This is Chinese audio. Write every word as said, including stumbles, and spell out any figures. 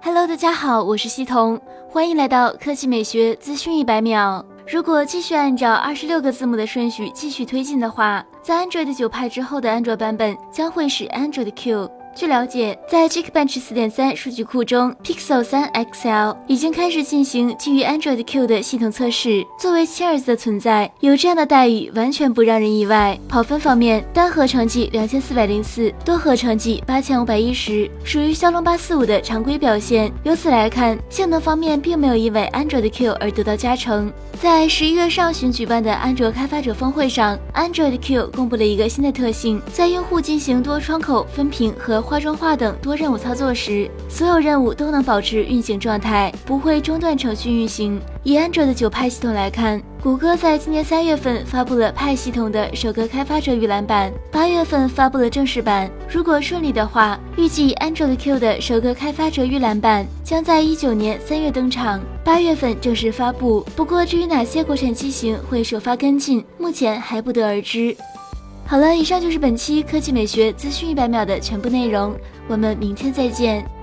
Hello， 大家好，我是西彤，欢迎来到科技美学资讯一百秒。如果继续按照二十六个字母的顺序继续推进的话，在 Android 九派之后的安卓版本将会是 Android Q。据了解，在 Geekbench 四点三 数据库中 ，Pixel 三 X L 已经开始进行基于 Android Q 的系统测试。作为亲儿子的存在，有这样的待遇完全不让人意外。跑分方面，单核成绩两千四百零四，多核成绩八千五百一十，属于骁龙八四五的常规表现。由此来看，性能方面并没有因为 Android Q 而得到加成。在十一月上旬举办的安卓开发者峰会上 ，Android Q 公布了一个新的特性，在用户进行多窗口分屏和化妆化等多任务操作时，所有任务都能保持运行状态，不会中断程序运行。以安卓的九派系统来看，谷歌在今年三月份发布了派系统的首个开发者预览版，八月份发布了正式版。如果顺利的话，预计 Android Q 的首个开发者预览版将在一九年三月登场，八月份正式发布。不过，至于哪些国产机型会首发跟进，目前还不得而知。好了，以上就是本期科技美学资讯一百秒的全部内容，我们明天再见。